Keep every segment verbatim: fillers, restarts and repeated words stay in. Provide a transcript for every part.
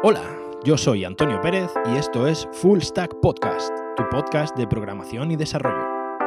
Hola, yo soy Antonio Pérez y esto es Full Stack Podcast, tu podcast de programación y desarrollo.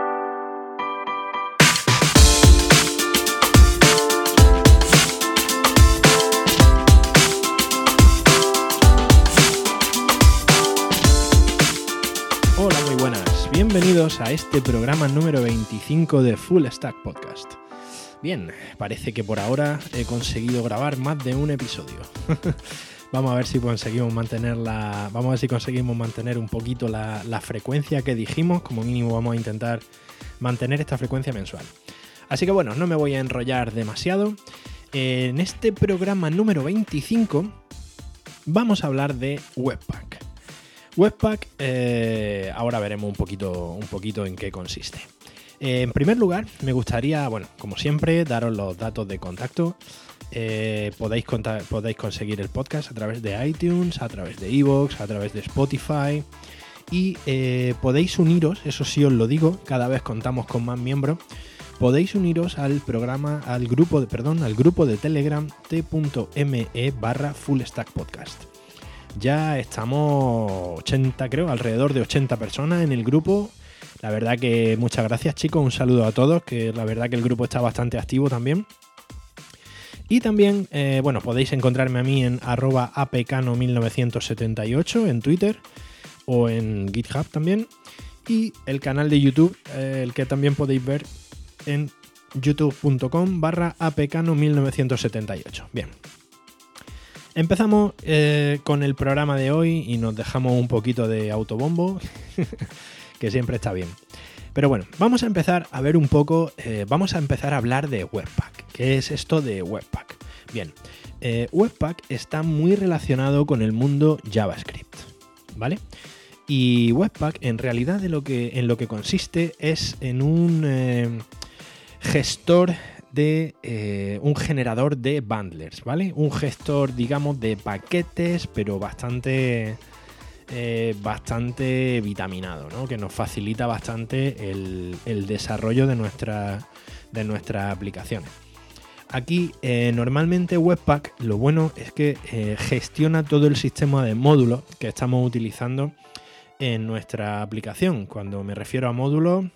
Hola, muy buenas. Bienvenidos a este programa número veinticinco de Full Stack Podcast. Bien, parece que por ahora he conseguido grabar más de un episodio. Vamos a ver si conseguimos mantener la, vamos a ver si conseguimos mantener un poquito la, la frecuencia que dijimos. Como mínimo vamos a intentar mantener esta frecuencia mensual. Así que bueno, no me voy a enrollar demasiado. En este programa número veinticinco vamos a hablar de Webpack. Webpack, eh, ahora veremos un poquito, un poquito en qué consiste. Eh, en primer lugar, me gustaría, bueno, como siempre, daros los datos de contacto. Eh, podéis, contar, podéis conseguir el podcast a través de iTunes, a través de iVoox, a través de Spotify y eh, podéis uniros, eso sí os lo digo, cada vez contamos con más miembros. Podéis uniros al programa, al grupo de, perdón, al grupo de Telegram t.me barra Full Stack Podcast. Ya estamos ochenta, creo, alrededor de ochenta personas en el grupo. La verdad que muchas gracias, chicos, un saludo a todos, que la verdad que el grupo está bastante activo también. Y también, eh, bueno, podéis encontrarme a mí en arroba apcano mil novecientos setenta y ocho en Twitter o en GitHub también. Y el canal de YouTube, eh, el que también podéis ver en youtube.com barra apcano mil novecientos setenta y ocho. Bien. Empezamos eh, con el programa de hoy y nos dejamos un poquito de autobombo, que siempre está bien. Pero bueno, vamos a empezar a ver un poco, eh, vamos a empezar a hablar de Webpack. ¿Qué es esto de Webpack? Bien, eh, Webpack está muy relacionado con el mundo JavaScript, ¿vale? Y Webpack en realidad de lo que, en lo que consiste es en un eh, gestor de eh, un generador de bundlers, ¿vale? Un gestor, digamos, de paquetes, pero bastante... Eh, bastante vitaminado, ¿no? Que nos facilita bastante el, el desarrollo de, nuestra, de nuestras aplicaciones. Aquí eh, normalmente Webpack lo bueno es que eh, gestiona todo el sistema de módulos que estamos utilizando en nuestra aplicación. Cuando me refiero a módulos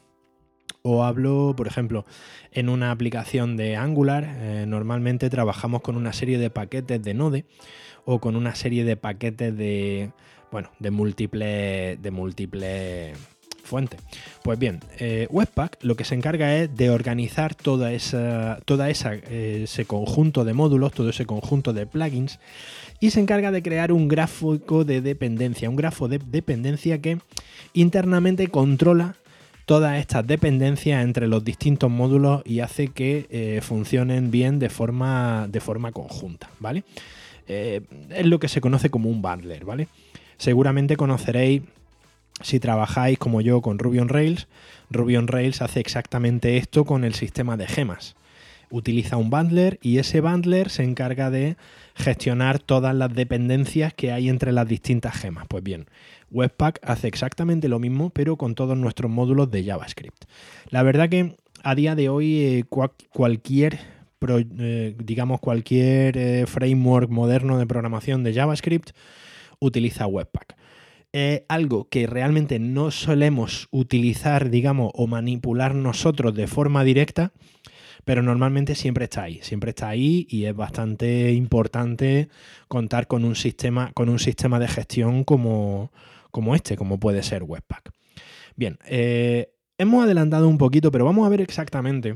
o hablo, por ejemplo, en una aplicación de Angular, eh, normalmente trabajamos con una serie de paquetes de Node o con una serie de paquetes de... Bueno, de múltiples de múltiples fuentes. Pues bien, eh, Webpack lo que se encarga es de organizar toda esa, toda esa eh, ese conjunto de módulos, todo ese conjunto de plugins, y se encarga de crear un gráfico de dependencia, un grafo de dependencia que internamente controla todas estas dependencias entre los distintos módulos y hace que eh, funcionen bien de forma, de forma conjunta, ¿vale? Eh, es lo que se conoce como un bundler, ¿vale? Seguramente conoceréis, si trabajáis como yo con Ruby on Rails, Ruby on Rails hace exactamente esto con el sistema de gemas. Utiliza un bundler y ese bundler se encarga de gestionar todas las dependencias que hay entre las distintas gemas. Pues bien, Webpack hace exactamente lo mismo, pero con todos nuestros módulos de JavaScript. La verdad que a día de hoy eh, cual, cualquier, pro, eh, digamos cualquier eh, framework moderno de programación de JavaScript utiliza Webpack. Eh, algo que realmente no solemos utilizar, digamos, o manipular nosotros de forma directa, pero normalmente siempre está ahí, siempre está ahí y es bastante importante contar con un sistema, con un sistema de gestión como, como este, como puede ser Webpack. Bien, eh, hemos adelantado un poquito, pero vamos a ver exactamente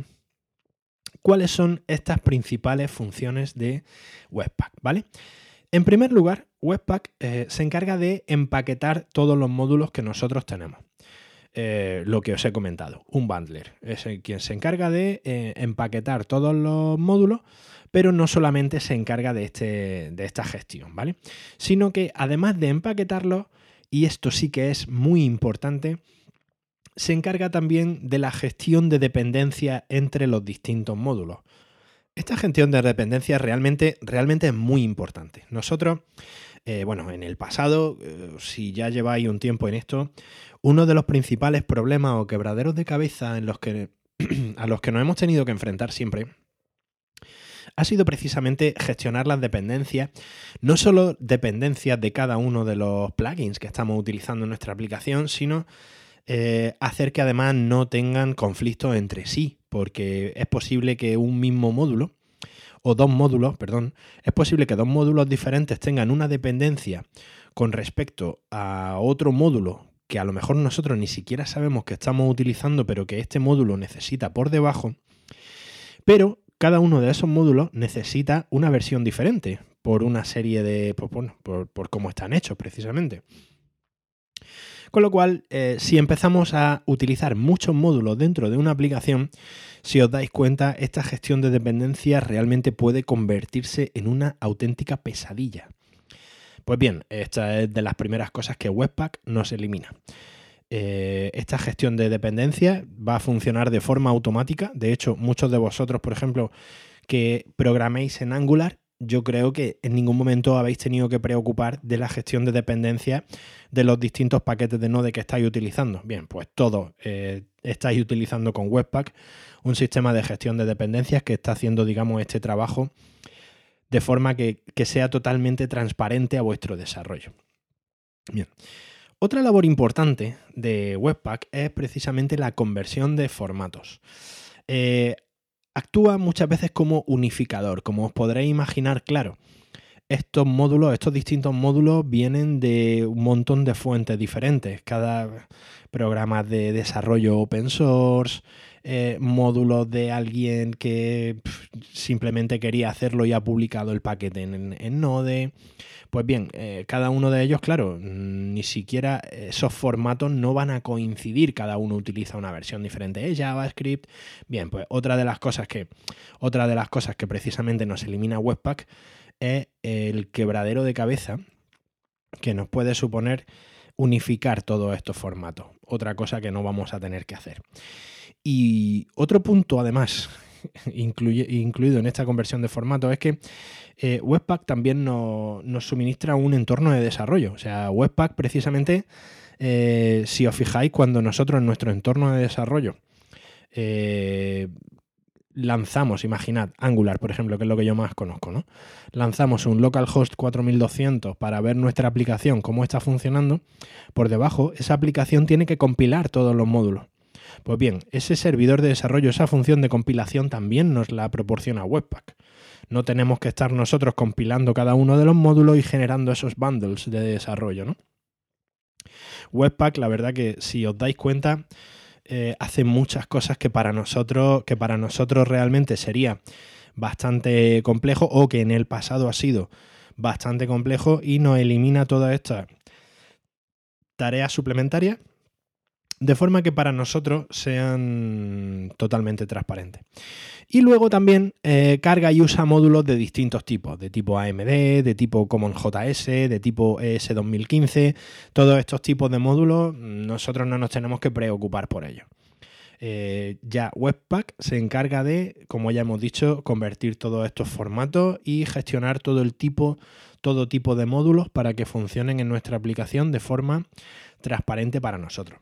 cuáles son estas principales funciones de Webpack, ¿vale? En primer lugar, Webpack eh, se encarga de empaquetar todos los módulos que nosotros tenemos. Eh, lo que os he comentado, un bundler es el quien se encarga de eh, empaquetar todos los módulos, pero no solamente se encarga de, este, de esta gestión, ¿vale? Sino que además de empaquetarlos, y esto sí que es muy importante, se encarga también de la gestión de dependencias entre los distintos módulos. Esta gestión de dependencias realmente, realmente es muy importante. Nosotros, eh, bueno, en el pasado, eh, si ya lleváis un tiempo en esto, uno de los principales problemas o quebraderos de cabeza en los que, a los que nos hemos tenido que enfrentar siempre ha sido precisamente gestionar las dependencias, no solo dependencias de cada uno de los plugins que estamos utilizando en nuestra aplicación, sino eh, hacer que además no tengan conflictos entre sí, porque es posible que un mismo módulo, o dos módulos, perdón, es posible que dos módulos diferentes tengan una dependencia con respecto a otro módulo que a lo mejor nosotros ni siquiera sabemos que estamos utilizando, pero que este módulo necesita por debajo, pero cada uno de esos módulos necesita una versión diferente por una serie de, pues bueno, por, por cómo están hechos precisamente. Con lo cual, eh, si empezamos a utilizar muchos módulos dentro de una aplicación, si os dais cuenta, esta gestión de dependencias realmente puede convertirse en una auténtica pesadilla. Pues bien, esta es de las primeras cosas que Webpack nos elimina. Eh, esta gestión de dependencias va a funcionar de forma automática. De hecho, muchos de vosotros, por ejemplo, que programéis en Angular, yo creo que en ningún momento habéis tenido que preocupar de la gestión de dependencias de los distintos paquetes de Node que estáis utilizando. Bien, pues todos eh, estáis utilizando con Webpack un sistema de gestión de dependencias que está haciendo, digamos, este trabajo de forma que, que sea totalmente transparente a vuestro desarrollo. Bien. Otra labor importante de Webpack es precisamente la conversión de formatos. Eh, actúa muchas veces como unificador, como os podréis imaginar, claro. Estos módulos, estos distintos módulos vienen de un montón de fuentes diferentes. Cada programa de desarrollo open source, eh, módulos de alguien que pff, simplemente quería hacerlo y ha publicado el paquete en, en Node. Pues bien, eh, cada uno de ellos, claro, ni siquiera esos formatos no van a coincidir. Cada uno utiliza una versión diferente de JavaScript. Bien, pues otra de las cosas que, otra de las cosas que precisamente nos elimina Webpack es el quebradero de cabeza que nos puede suponer unificar todos estos formatos. Otra cosa que no vamos a tener que hacer. Y otro punto, además, incluye, incluido en esta conversión de formatos, es que eh, Webpack también no, nos suministra un entorno de desarrollo. O sea, Webpack precisamente, eh, si os fijáis, cuando nosotros en nuestro entorno de desarrollo eh, lanzamos, imaginad, Angular, por ejemplo, que es lo que yo más conozco, ¿no? Lanzamos un localhost cuatro mil doscientos para ver nuestra aplicación, cómo está funcionando. Por debajo, esa aplicación tiene que compilar todos los módulos. Pues bien, ese servidor de desarrollo, esa función de compilación también nos la proporciona Webpack. No tenemos que estar nosotros compilando cada uno de los módulos y generando esos bundles de desarrollo, ¿no? Webpack, la verdad que si os dais cuenta, eh, hace muchas cosas que para nosotros, que para nosotros realmente sería bastante complejo o que en el pasado ha sido bastante complejo y nos elimina todas estas tareas suplementarias de forma que para nosotros sean totalmente transparentes. Y luego también eh, carga y usa módulos de distintos tipos, de tipo A M D, de tipo Common J S, de tipo E S dos mil quince. Todos estos tipos de módulos nosotros no nos tenemos que preocupar por ellos. Eh, ya Webpack se encarga de, como ya hemos dicho, convertir todos estos formatos y gestionar todo el tipo, todo tipo de módulos para que funcionen en nuestra aplicación de forma transparente para nosotros.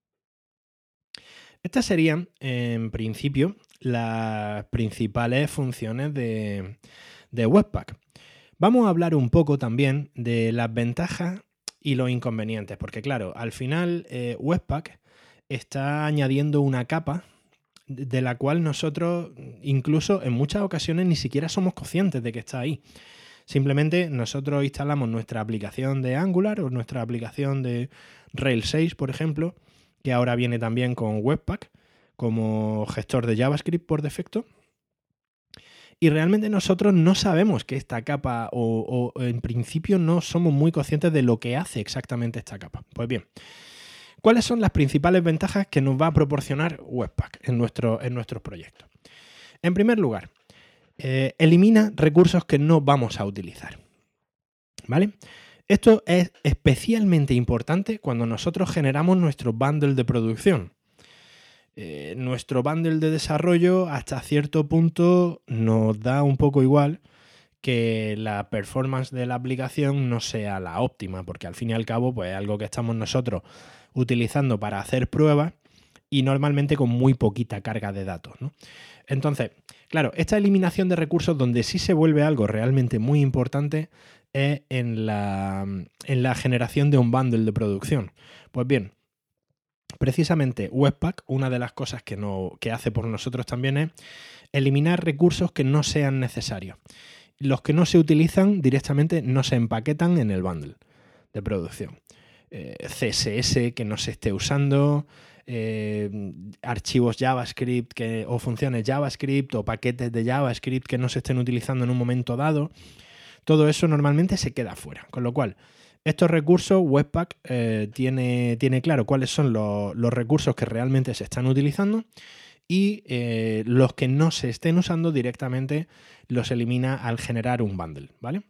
Estas serían, en principio, las principales funciones de, de Webpack. Vamos a hablar un poco también de las ventajas y los inconvenientes, porque claro, al final eh, Webpack está añadiendo una capa de la cual nosotros incluso en muchas ocasiones ni siquiera somos conscientes de que está ahí. Simplemente nosotros instalamos nuestra aplicación de Angular o nuestra aplicación de Rails seis, por ejemplo, que ahora viene también con Webpack como gestor de JavaScript por defecto. Y realmente nosotros no sabemos que esta capa, o, o en principio no somos muy conscientes de lo que hace exactamente esta capa. Pues bien, ¿cuáles son las principales ventajas que nos va a proporcionar Webpack en, nuestro, en nuestros proyectos? En primer lugar, eh, elimina recursos que no vamos a utilizar. ¿Vale? Esto es especialmente importante cuando nosotros generamos nuestro bundle de producción. Eh, nuestro bundle de desarrollo hasta cierto punto nos da un poco igual que la performance de la aplicación no sea la óptima, porque al fin y al cabo pues, es algo que estamos nosotros utilizando para hacer pruebas y normalmente con muy poquita carga de datos, ¿no? Entonces, claro, esta eliminación de recursos donde sí se vuelve algo realmente muy importante es en la, en la generación de un bundle de producción. Pues bien, precisamente Webpack, una de las cosas que, no, que hace por nosotros también es eliminar recursos que no sean necesarios. Los que no se utilizan directamente no se empaquetan en el bundle de producción. Eh, C S S que no se esté usando, eh, archivos JavaScript que, o funciones JavaScript o paquetes de JavaScript que no se estén utilizando en un momento dado. Todo eso normalmente se queda fuera. Con lo cual, estos recursos, Webpack eh, tiene, tiene claro cuáles son los, los recursos que realmente se están utilizando y eh, los que no se estén usando directamente los elimina al generar un bundle, ¿vale?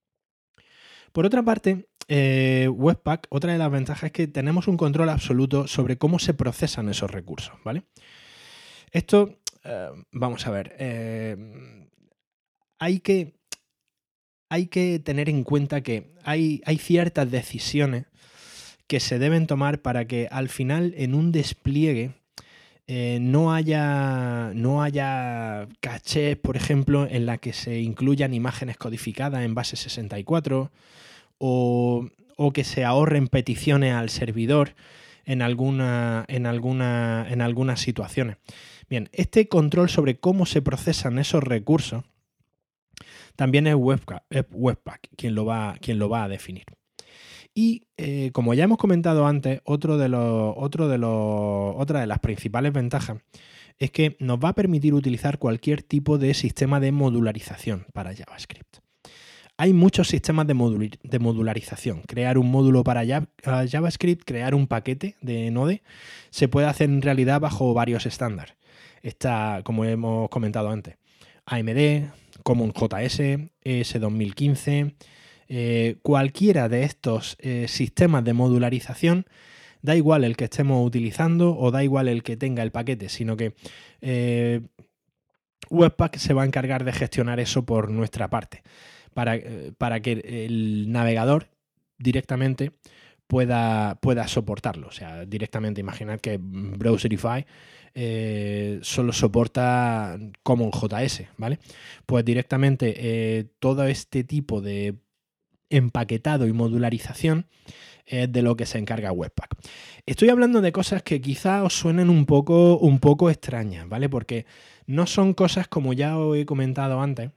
Por otra parte, eh, Webpack, otra de las ventajas es que tenemos un control absoluto sobre cómo se procesan esos recursos, ¿vale? Esto, eh, vamos a ver, eh, hay que... Hay que tener en cuenta que hay, hay ciertas decisiones que se deben tomar para que al final en un despliegue eh, no haya, no haya cachés, por ejemplo, en la que se incluyan imágenes codificadas en base sesenta y cuatro o, o que se ahorren peticiones al servidor en, alguna, en, alguna, en algunas situaciones. Bien, este control sobre cómo se procesan esos recursos también es Webpack, es Webpack quien, lo va, quien lo va a definir. Y eh, como ya hemos comentado antes, otro de los, otro de los, otra de las principales ventajas es que nos va a permitir utilizar cualquier tipo de sistema de modularización para JavaScript. Hay muchos sistemas de, modul- de modularización. Crear un módulo para JavaScript, crear un paquete de Node, se puede hacer en realidad bajo varios estándares. Está, como hemos comentado antes, A M D, CommonJS, E S dos mil quince, eh, cualquiera de estos eh, sistemas de modularización, da igual el que estemos utilizando o da igual el que tenga el paquete, sino que eh, Webpack se va a encargar de gestionar eso por nuestra parte, para, eh, para que el navegador directamente pueda, pueda soportarlo. O sea, directamente imaginar que Browserify eh, solo soporta CommonJS, ¿vale? Pues directamente eh, todo este tipo de empaquetado y modularización es de lo que se encarga Webpack. Estoy hablando de cosas que quizá os suenen un poco, un poco extrañas, ¿vale? Porque no son cosas, como ya os he comentado antes,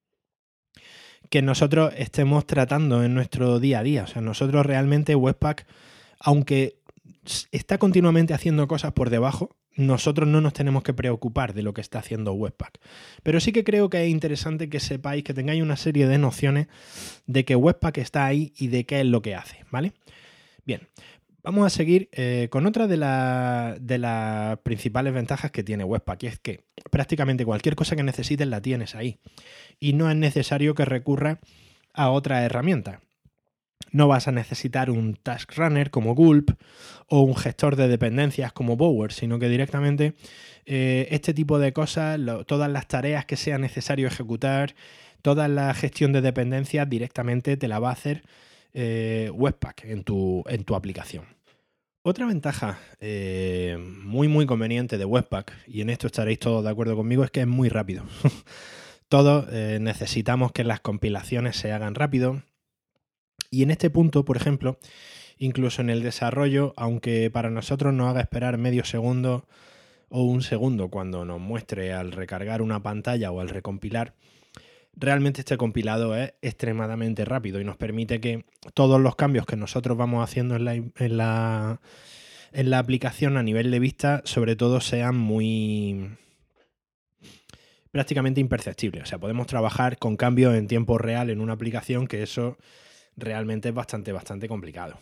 que nosotros estemos tratando en nuestro día a día. O sea, nosotros realmente Webpack, aunque está continuamente haciendo cosas por debajo, nosotros no nos tenemos que preocupar de lo que está haciendo Webpack. Pero sí que creo que es interesante que sepáis, que tengáis una serie de nociones de que Webpack está ahí y de qué es lo que hace, ¿vale? Bien, vamos a seguir eh, con otra de, la, de las principales ventajas que tiene Webpack, y es que prácticamente cualquier cosa que necesites la tienes ahí y no es necesario que recurras a otra herramienta. No vas a necesitar un Task Runner como Gulp o un gestor de dependencias como Bower, sino que directamente eh, este tipo de cosas, lo, todas las tareas que sea necesario ejecutar, toda la gestión de dependencias directamente te la va a hacer eh, Webpack en tu, en tu aplicación. Otra ventaja eh, muy muy conveniente de Webpack, y en esto estaréis todos de acuerdo conmigo, es que es muy rápido. Todos eh, necesitamos que las compilaciones se hagan rápido. Y en este punto, por ejemplo, incluso en el desarrollo, aunque para nosotros nos haga esperar medio segundo o un segundo cuando nos muestre al recargar una pantalla o al recompilar, realmente este compilado es extremadamente rápido y nos permite que todos los cambios que nosotros vamos haciendo en la, en la, en la aplicación a nivel de vista, sobre todo, sean muy prácticamente imperceptibles. O sea, podemos trabajar con cambios en tiempo real en una aplicación, que eso realmente es bastante, bastante complicado.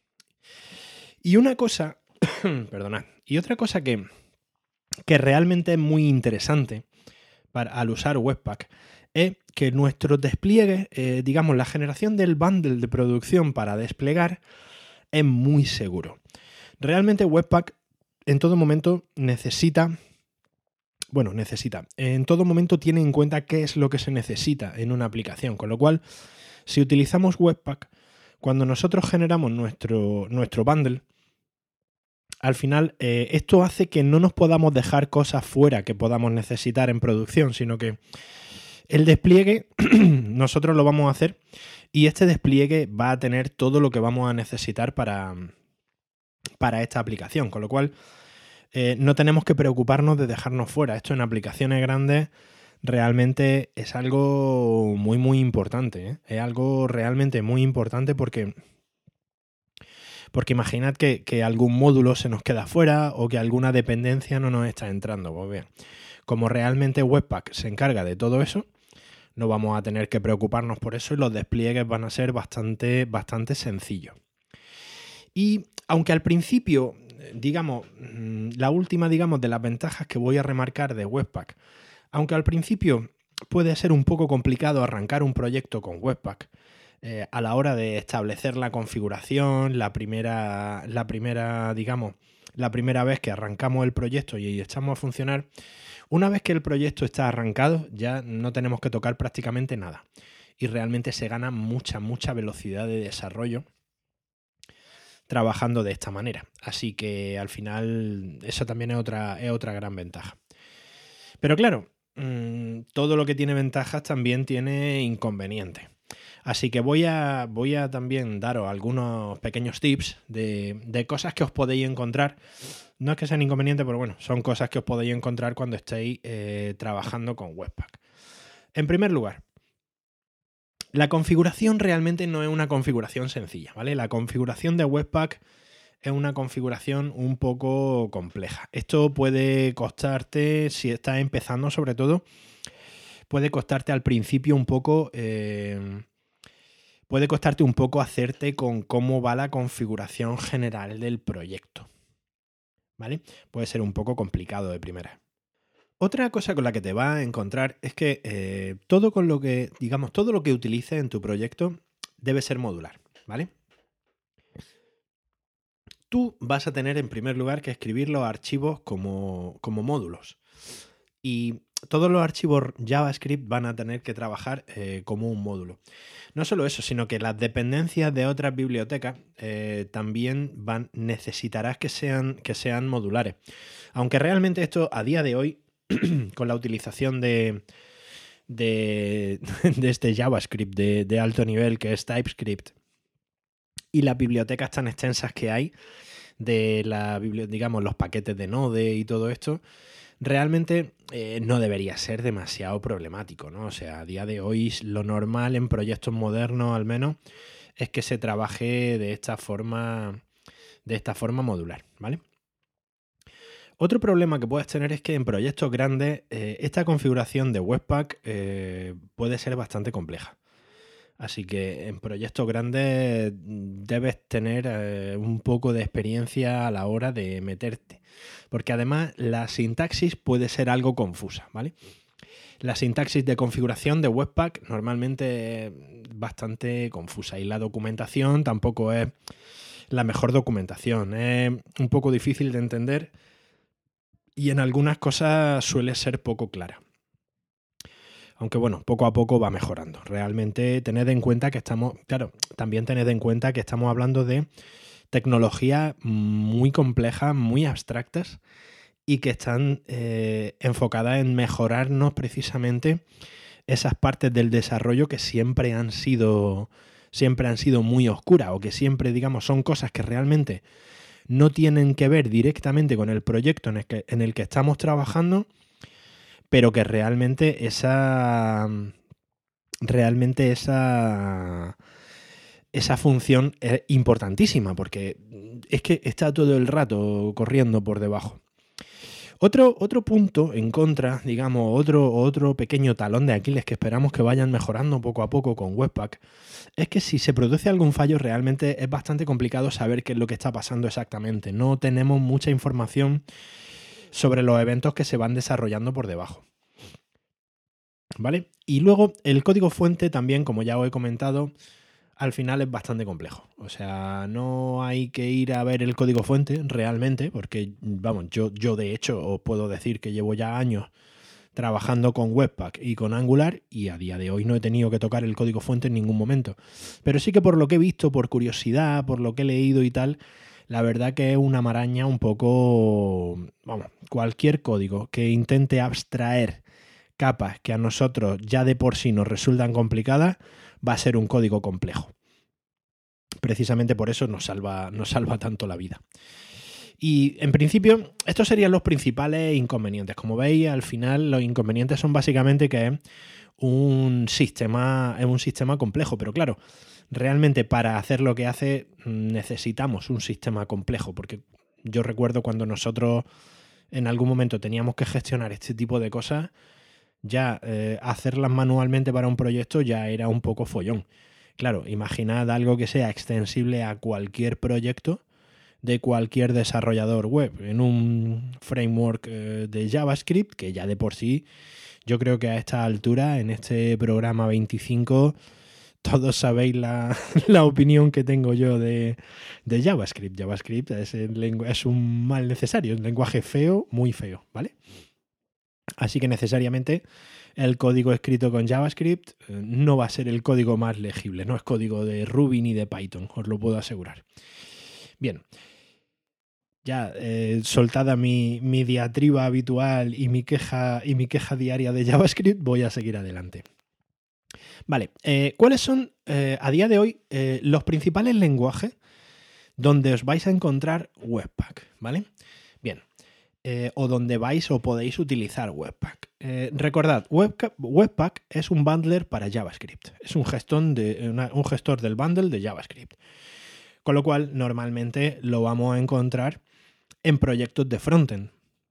Y una cosa, perdonad, y otra cosa que, que realmente es muy interesante para, al usar Webpack es que nuestro despliegue, eh, digamos, la generación del bundle de producción para desplegar es muy seguro. Realmente Webpack en todo momento necesita, bueno, necesita, en todo momento tiene en cuenta qué es lo que se necesita en una aplicación, con lo cual, si utilizamos Webpack, cuando nosotros generamos nuestro, nuestro bundle, al final eh, esto hace que no nos podamos dejar cosas fuera que podamos necesitar en producción, sino que el despliegue nosotros lo vamos a hacer y este despliegue va a tener todo lo que vamos a necesitar para, para esta aplicación, con lo cual eh, no tenemos que preocuparnos de dejarnos fuera. Esto en aplicaciones grandes realmente es algo muy muy importante, ¿eh? Es algo realmente muy importante porque... Porque imaginad que, que algún módulo se nos queda fuera o que alguna dependencia no nos está entrando. Pues bien, como realmente Webpack se encarga de todo eso, no vamos a tener que preocuparnos por eso y los despliegues van a ser bastante, bastante sencillos. Y aunque al principio, digamos, la última, digamos, de las ventajas que voy a remarcar de Webpack, aunque al principio puede ser un poco complicado arrancar un proyecto con Webpack, Eh, a la hora de establecer la configuración, la primera, la primera, digamos, la primera vez que arrancamos el proyecto y echamos a funcionar, una vez que el proyecto está arrancado, ya no tenemos que tocar prácticamente nada. Y realmente se gana mucha, mucha velocidad de desarrollo trabajando de esta manera. Así que al final eso también es otra, es otra gran ventaja. Pero claro, mmm, todo lo que tiene ventajas también tiene inconvenientes. Así que voy a, voy a también daros algunos pequeños tips de, de cosas que os podéis encontrar. No es que sean inconvenientes, pero bueno, son cosas que os podéis encontrar cuando estéis eh, trabajando con Webpack. En primer lugar, la configuración realmente no es una configuración sencilla, ¿vale? La configuración de Webpack es una configuración un poco compleja. Esto puede costarte, si estás empezando sobre todo, puede costarte al principio un poco... Eh, Puede costarte un poco hacerte con cómo va la configuración general del proyecto, ¿vale? Puede ser un poco complicado de primera. Otra cosa con la que te vas a encontrar es que eh, todo con lo que, digamos, todo lo que utilices en tu proyecto debe ser modular, ¿vale? Tú vas a tener en primer lugar que escribir los archivos como, como módulos. Y todos los archivos JavaScript van a tener que trabajar eh, como un módulo. No solo eso, sino que las dependencias de otras bibliotecas eh, también van, necesitarás que sean, que sean modulares. Aunque realmente esto a día de hoy, con la utilización de, de, de este JavaScript de, de alto nivel que es TypeScript y las bibliotecas tan extensas que hay de la, digamos, los paquetes de Node y todo esto, realmente eh, no debería ser demasiado problemático, ¿no? O sea, a día de hoy lo normal en proyectos modernos al menos es que se trabaje de esta forma, de esta forma modular, ¿vale? Otro problema que puedes tener es que en proyectos grandes eh, esta configuración de Webpack eh, puede ser bastante compleja. Así que en proyectos grandes debes tener eh, un poco de experiencia a la hora de meterte. Porque además la sintaxis puede ser algo confusa, ¿vale? La sintaxis de configuración de Webpack normalmente es bastante confusa y la documentación tampoco es la mejor documentación. Es un poco difícil de entender y en algunas cosas suele ser poco clara. Aunque bueno, poco a poco va mejorando. Realmente tened en cuenta que estamos, claro, también tened en cuenta que estamos hablando de tecnologías muy complejas, muy abstractas y que están eh, enfocadas en mejorarnos precisamente esas partes del desarrollo que siempre han sido, siempre han sido muy oscuras o que siempre, digamos, son cosas que realmente no tienen que ver directamente con el proyecto en el que, en el que estamos trabajando, pero que realmente esa realmente esa esa función es importantísima porque es que está todo el rato corriendo por debajo. Otro, otro punto en contra, digamos, otro, otro pequeño talón de Aquiles que esperamos que vayan mejorando poco a poco con Webpack, es que si se produce algún fallo realmente es bastante complicado saber qué es lo que está pasando exactamente. No tenemos mucha información sobre los eventos que se van desarrollando por debajo, ¿vale? Y luego el código fuente también, como ya os he comentado, al final es bastante complejo. O sea, no hay que ir a ver el código fuente realmente, porque, vamos, yo, yo de hecho os puedo decir que llevo ya años trabajando con Webpack y con Angular y a día de hoy no he tenido que tocar el código fuente en ningún momento. Pero sí que por lo que he visto, por curiosidad, por lo que he leído y tal, la verdad que es una maraña un poco, vamos, cualquier código que intente abstraer capas que a nosotros ya de por sí nos resultan complicadas, va a ser un código complejo. Precisamente por eso nos salva, nos salva tanto la vida. Y en principio, estos serían los principales inconvenientes. Como veis, al final los inconvenientes son básicamente que es un sistema, es un sistema complejo, pero claro, realmente para hacer lo que hace necesitamos un sistema complejo, porque yo recuerdo cuando nosotros en algún momento teníamos que gestionar este tipo de cosas, ya eh, hacerlas manualmente para un proyecto ya era un poco follón. Claro, imaginad algo que sea extensible a cualquier proyecto de cualquier desarrollador web en un framework eh, de JavaScript que ya de por sí, yo creo que a esta altura, en este programa veinticinco, todos sabéis la, la opinión que tengo yo de, de JavaScript. JavaScript es, el lengu- es un mal necesario, es un lenguaje feo, muy feo, ¿vale? Así que necesariamente el código escrito con JavaScript eh, no va a ser el código más legible, no es código de Ruby ni de Python, os lo puedo asegurar. Bien, ya eh, soltada mi, mi diatriba habitual y mi, queja, y mi queja diaria de JavaScript, voy a seguir adelante. Vale, eh, ¿cuáles son eh, a día de hoy eh, los principales lenguajes donde os vais a encontrar Webpack? ¿Vale? Bien. Eh, o donde vais o podéis utilizar Webpack. Eh, recordad, Webca- Webpack es un bundler para JavaScript. Es un gestor, de, una, un gestor del bundle de JavaScript. Con lo cual, normalmente lo vamos a encontrar en proyectos de frontend.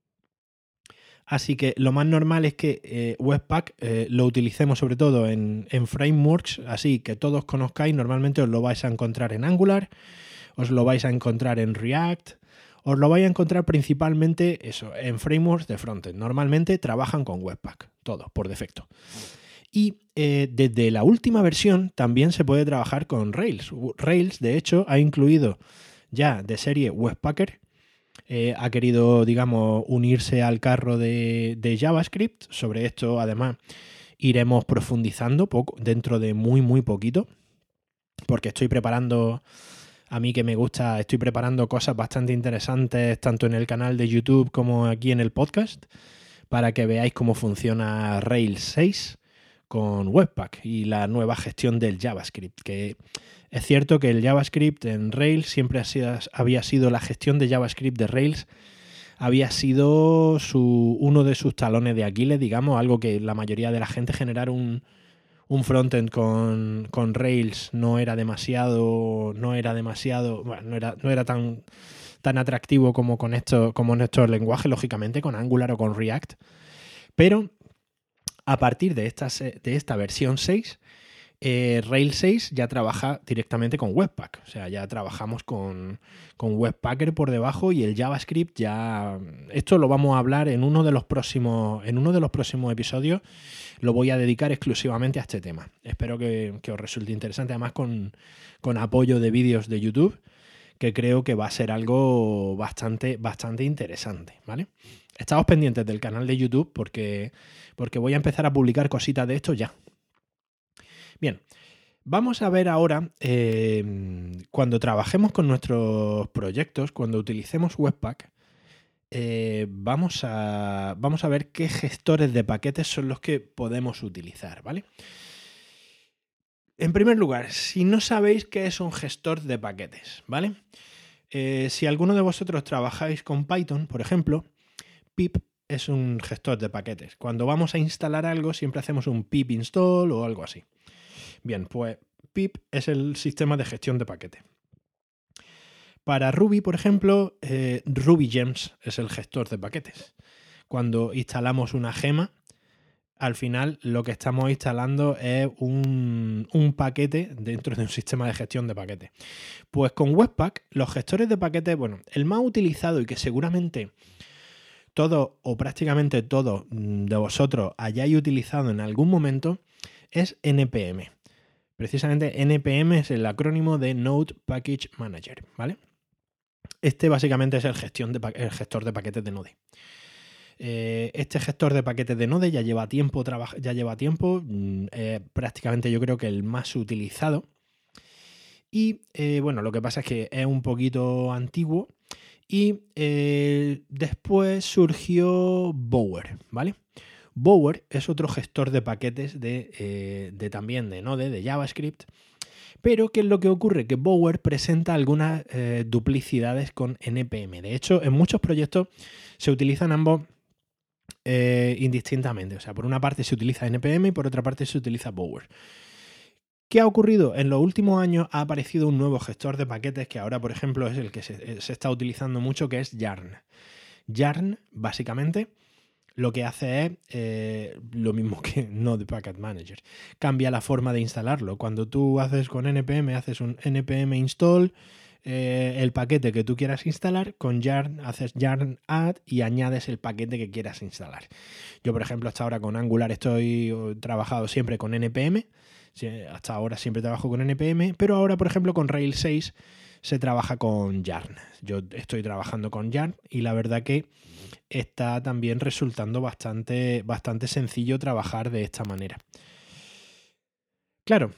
Así que lo más normal es que eh, Webpack eh, lo utilicemos sobre todo en, en frameworks, así que todos conozcáis. Normalmente os lo vais a encontrar en Angular, os lo vais a encontrar en React, os lo vais a encontrar principalmente eso, en frameworks de frontend. Normalmente trabajan con Webpack, todos, por defecto. Y eh, desde la última versión también se puede trabajar con Rails. Rails, de hecho, ha incluido ya de serie Webpacker. Eh, ha querido, digamos, unirse al carro de, de JavaScript. Sobre esto, además, iremos profundizando poco, dentro de muy, muy poquito, porque estoy preparando, a mí que me gusta, estoy preparando cosas bastante interesantes, tanto en el canal de YouTube como aquí en el podcast, para que veáis cómo funciona Rails seis con Webpack y la nueva gestión del JavaScript, que es cierto que el JavaScript en Rails siempre ha sido, había sido la gestión de JavaScript de Rails, había sido su, uno de sus talones de Aquiles, digamos, algo que la mayoría de la gente, generar un, un frontend con, con Rails no era demasiado, no era demasiado, bueno, no era, no era tan, tan atractivo como con esto, como en estos lenguajes, lógicamente, con Angular o con React. Pero a partir de esta, de esta versión seis, eh, Rails seis ya trabaja directamente con Webpack. O sea, ya trabajamos con, con Webpacker por debajo y el JavaScript ya... Esto lo vamos a hablar en uno de los próximos, en uno de los próximos episodios. Lo voy a dedicar exclusivamente a este tema. Espero que, que os resulte interesante, además con, con apoyo de vídeos de YouTube, que creo que va a ser algo bastante, bastante interesante, ¿vale? Estaos pendientes del canal de YouTube porque, porque voy a empezar a publicar cositas de esto ya. Bien, vamos a ver ahora, eh, cuando trabajemos con nuestros proyectos, cuando utilicemos Webpack, eh, vamos, a, vamos a ver qué gestores de paquetes son los que podemos utilizar, ¿vale? En primer lugar, si no sabéis qué es un gestor de paquetes, ¿vale? Eh, si alguno de vosotros trabajáis con Python, por ejemplo, pip es un gestor de paquetes. Cuando vamos a instalar algo, siempre hacemos un pip install o algo así. Bien, pues pip es el sistema de gestión de paquetes. Para Ruby, por ejemplo, eh, RubyGems es el gestor de paquetes. Cuando instalamos una gema, al final lo que estamos instalando es un, un paquete dentro de un sistema de gestión de paquetes. Pues con Webpack, los gestores de paquetes, bueno, el más utilizado y que seguramente todos o prácticamente todos de vosotros hayáis utilizado en algún momento es N P M. Precisamente N P M es el acrónimo de Node Package Manager, ¿vale? Este básicamente es el, gestión de pa- el gestor de paquetes de Node. Eh, este gestor de paquetes de Node ya lleva tiempo, traba- ya lleva tiempo, eh, prácticamente yo creo que el más utilizado. Y eh, bueno, lo que pasa es que es un poquito antiguo y eh, después surgió Bower, ¿vale? Bower es otro gestor de paquetes de, eh, de también de Node, de JavaScript. Pero, ¿qué es lo que ocurre? Que Bower presenta algunas eh, duplicidades con N P M. De hecho, en muchos proyectos se utilizan ambos eh, indistintamente. O sea, por una parte se utiliza N P M y por otra parte se utiliza Bower. ¿Qué ha ocurrido? En los últimos años ha aparecido un nuevo gestor de paquetes que ahora, por ejemplo, es el que se, se está utilizando mucho, que es Yarn. Yarn, básicamente, lo que hace es eh, lo mismo que Node Package Manager. Cambia la forma de instalarlo. Cuando tú haces con N P M, haces un N P M install, eh, el paquete que tú quieras instalar, con Yarn haces Yarn add y añades el paquete que quieras instalar. Yo, por ejemplo, hasta ahora con Angular estoy trabajado siempre con N P M. Hasta ahora siempre trabajo con N P M, pero ahora, por ejemplo, con Rails seis se trabaja con Yarn. Yo estoy trabajando con Yarn y la verdad que está también resultando bastante, bastante sencillo trabajar de esta manera. Claro,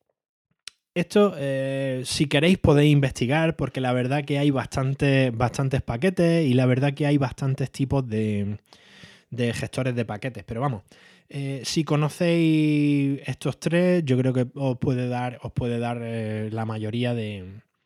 esto eh, si queréis podéis investigar, porque la verdad que hay bastante, bastantes paquetes y la verdad que hay bastantes tipos de, de gestores de paquetes, pero vamos. Eh, si conocéis estos tres, yo creo que os puede dar, os puede dar eh, la mayoría de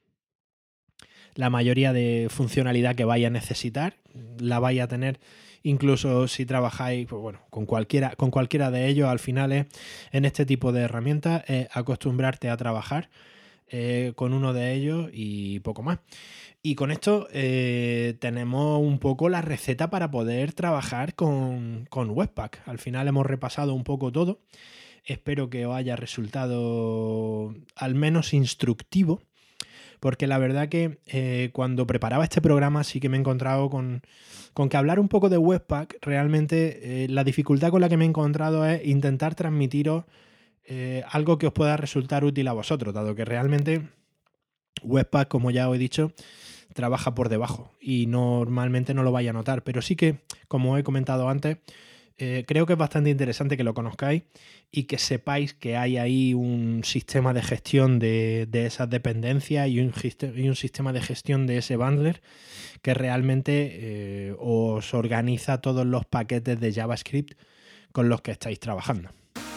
la mayoría de funcionalidad que vais a necesitar. La vais a tener incluso si trabajáis, pues bueno, con cualquiera, con cualquiera de ellos. Al final es, en este tipo de herramientas, es acostumbrarte a trabajar eh, con uno de ellos y poco más. Y con esto eh, tenemos un poco la receta para poder trabajar con, con Webpack. Al final hemos repasado un poco todo. Espero que os haya resultado al menos instructivo, porque la verdad que eh, cuando preparaba este programa sí que me he encontrado con, con que hablar un poco de Webpack, realmente eh, la dificultad con la que me he encontrado es intentar transmitiros eh, algo que os pueda resultar útil a vosotros, dado que realmente Webpack, como ya os he dicho, trabaja por debajo y normalmente no lo vais a notar, pero sí que, como he comentado antes, eh, creo que es bastante interesante que lo conozcáis y que sepáis que hay ahí un sistema de gestión de, de esas dependencias y un, y un sistema de gestión de ese bundler que realmente eh, os organiza todos los paquetes de JavaScript con los que estáis trabajando.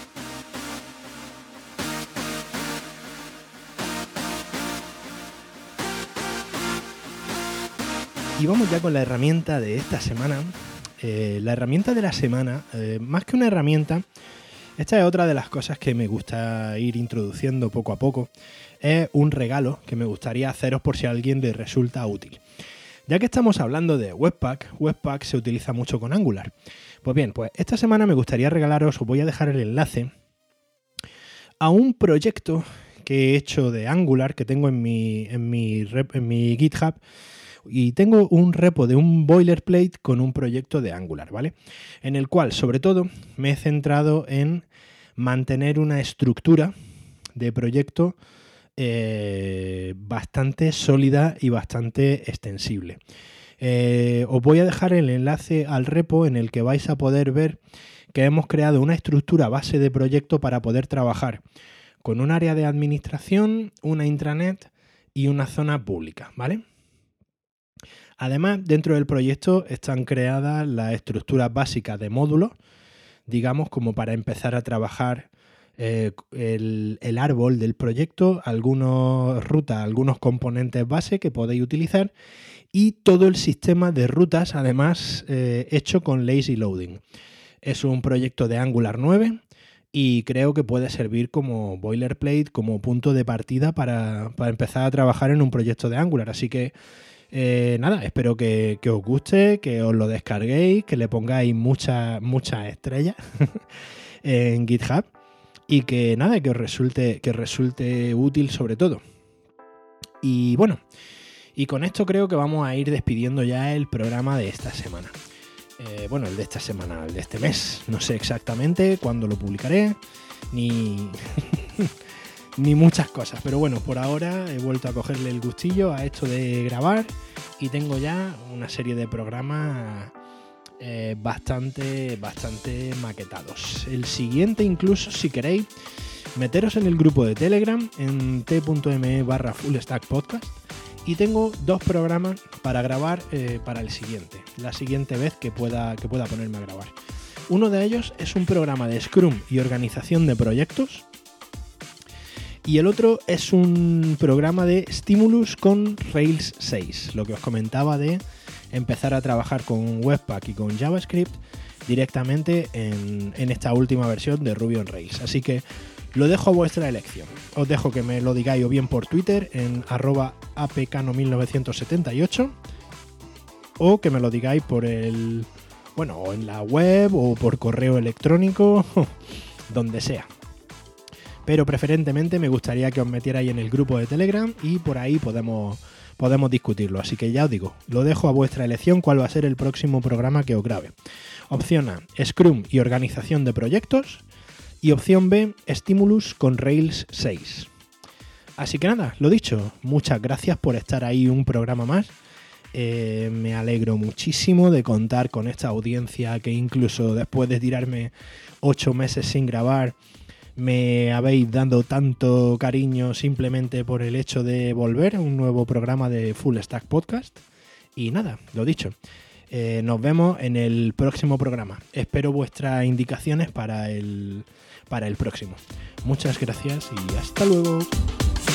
Y vamos ya con la herramienta de esta semana. Eh, la herramienta de la semana, eh, más que una herramienta, esta es otra de las cosas que me gusta ir introduciendo poco a poco. Es un regalo que me gustaría haceros por si a alguien le resulta útil. Ya que estamos hablando de Webpack, Webpack se utiliza mucho con Angular. Pues bien, pues esta semana me gustaría regalaros, os voy a dejar el enlace a un proyecto que he hecho de Angular, que tengo en mi, en mi, en mi GitHub. Y tengo un repo de un boilerplate con un proyecto de Angular, ¿vale? En el cual, sobre todo, me he centrado en mantener una estructura de proyecto eh, bastante sólida y bastante extensible. Eh, os voy a dejar el enlace al repo en el que vais a poder ver que hemos creado una estructura base de proyecto para poder trabajar con un área de administración, una intranet y una zona pública, ¿vale? Además, dentro del proyecto están creadas las estructuras básicas de módulos, digamos, como para empezar a trabajar eh, el, el árbol del proyecto, algunas rutas, algunos componentes base que podéis utilizar y todo el sistema de rutas, además, eh, hecho con Lazy Loading. Es un proyecto de Angular nueve y creo que puede servir como boilerplate, como punto de partida para, para empezar a trabajar en un proyecto de Angular. Así que Eh, nada, espero que, que os guste, que os lo descarguéis, que le pongáis muchas muchas estrellas en GitHub y que nada, que os resulte, que os resulte útil sobre todo. Y bueno, y con esto creo que vamos a ir despidiendo ya el programa de esta semana. Eh, bueno, el de esta semana, el de este mes. No sé exactamente cuándo lo publicaré, ni... ni muchas cosas, pero bueno, por ahora he vuelto a cogerle el gustillo a esto de grabar y tengo ya una serie de programas eh, bastante, bastante maquetados. El siguiente incluso, si queréis, meteros en el grupo de Telegram en t.me barra fullstackpodcast y tengo dos programas para grabar eh, para el siguiente, la siguiente vez que pueda, que pueda ponerme a grabar. Uno de ellos es un programa de Scrum y organización de proyectos y el otro es un programa de Stimulus con Rails seis, lo que os comentaba de empezar a trabajar con Webpack y con JavaScript directamente en, en esta última versión de Ruby on Rails. Así que lo dejo a vuestra elección. Os dejo que me lo digáis o bien por Twitter en arroba apcano mil novecientos setenta y ocho o que me lo digáis por el... bueno, o en la web o por correo electrónico, donde sea. Pero preferentemente me gustaría que os metierais en el grupo de Telegram y por ahí podemos, podemos discutirlo. Así que ya os digo, lo dejo a vuestra elección cuál va a ser el próximo programa que os grabe. Opción A, Scrum y organización de proyectos. Y opción B, Stimulus con Rails seis. Así que nada, lo dicho, muchas gracias por estar ahí un programa más. Eh, me alegro muchísimo de contar con esta audiencia que incluso después de tirarme ocho meses sin grabar me habéis dado tanto cariño simplemente por el hecho de volver a un nuevo programa de Full Stack Podcast. Y nada, lo dicho, eh, nos vemos en el próximo programa. Espero vuestras indicaciones para el, para el próximo. Muchas gracias y hasta luego.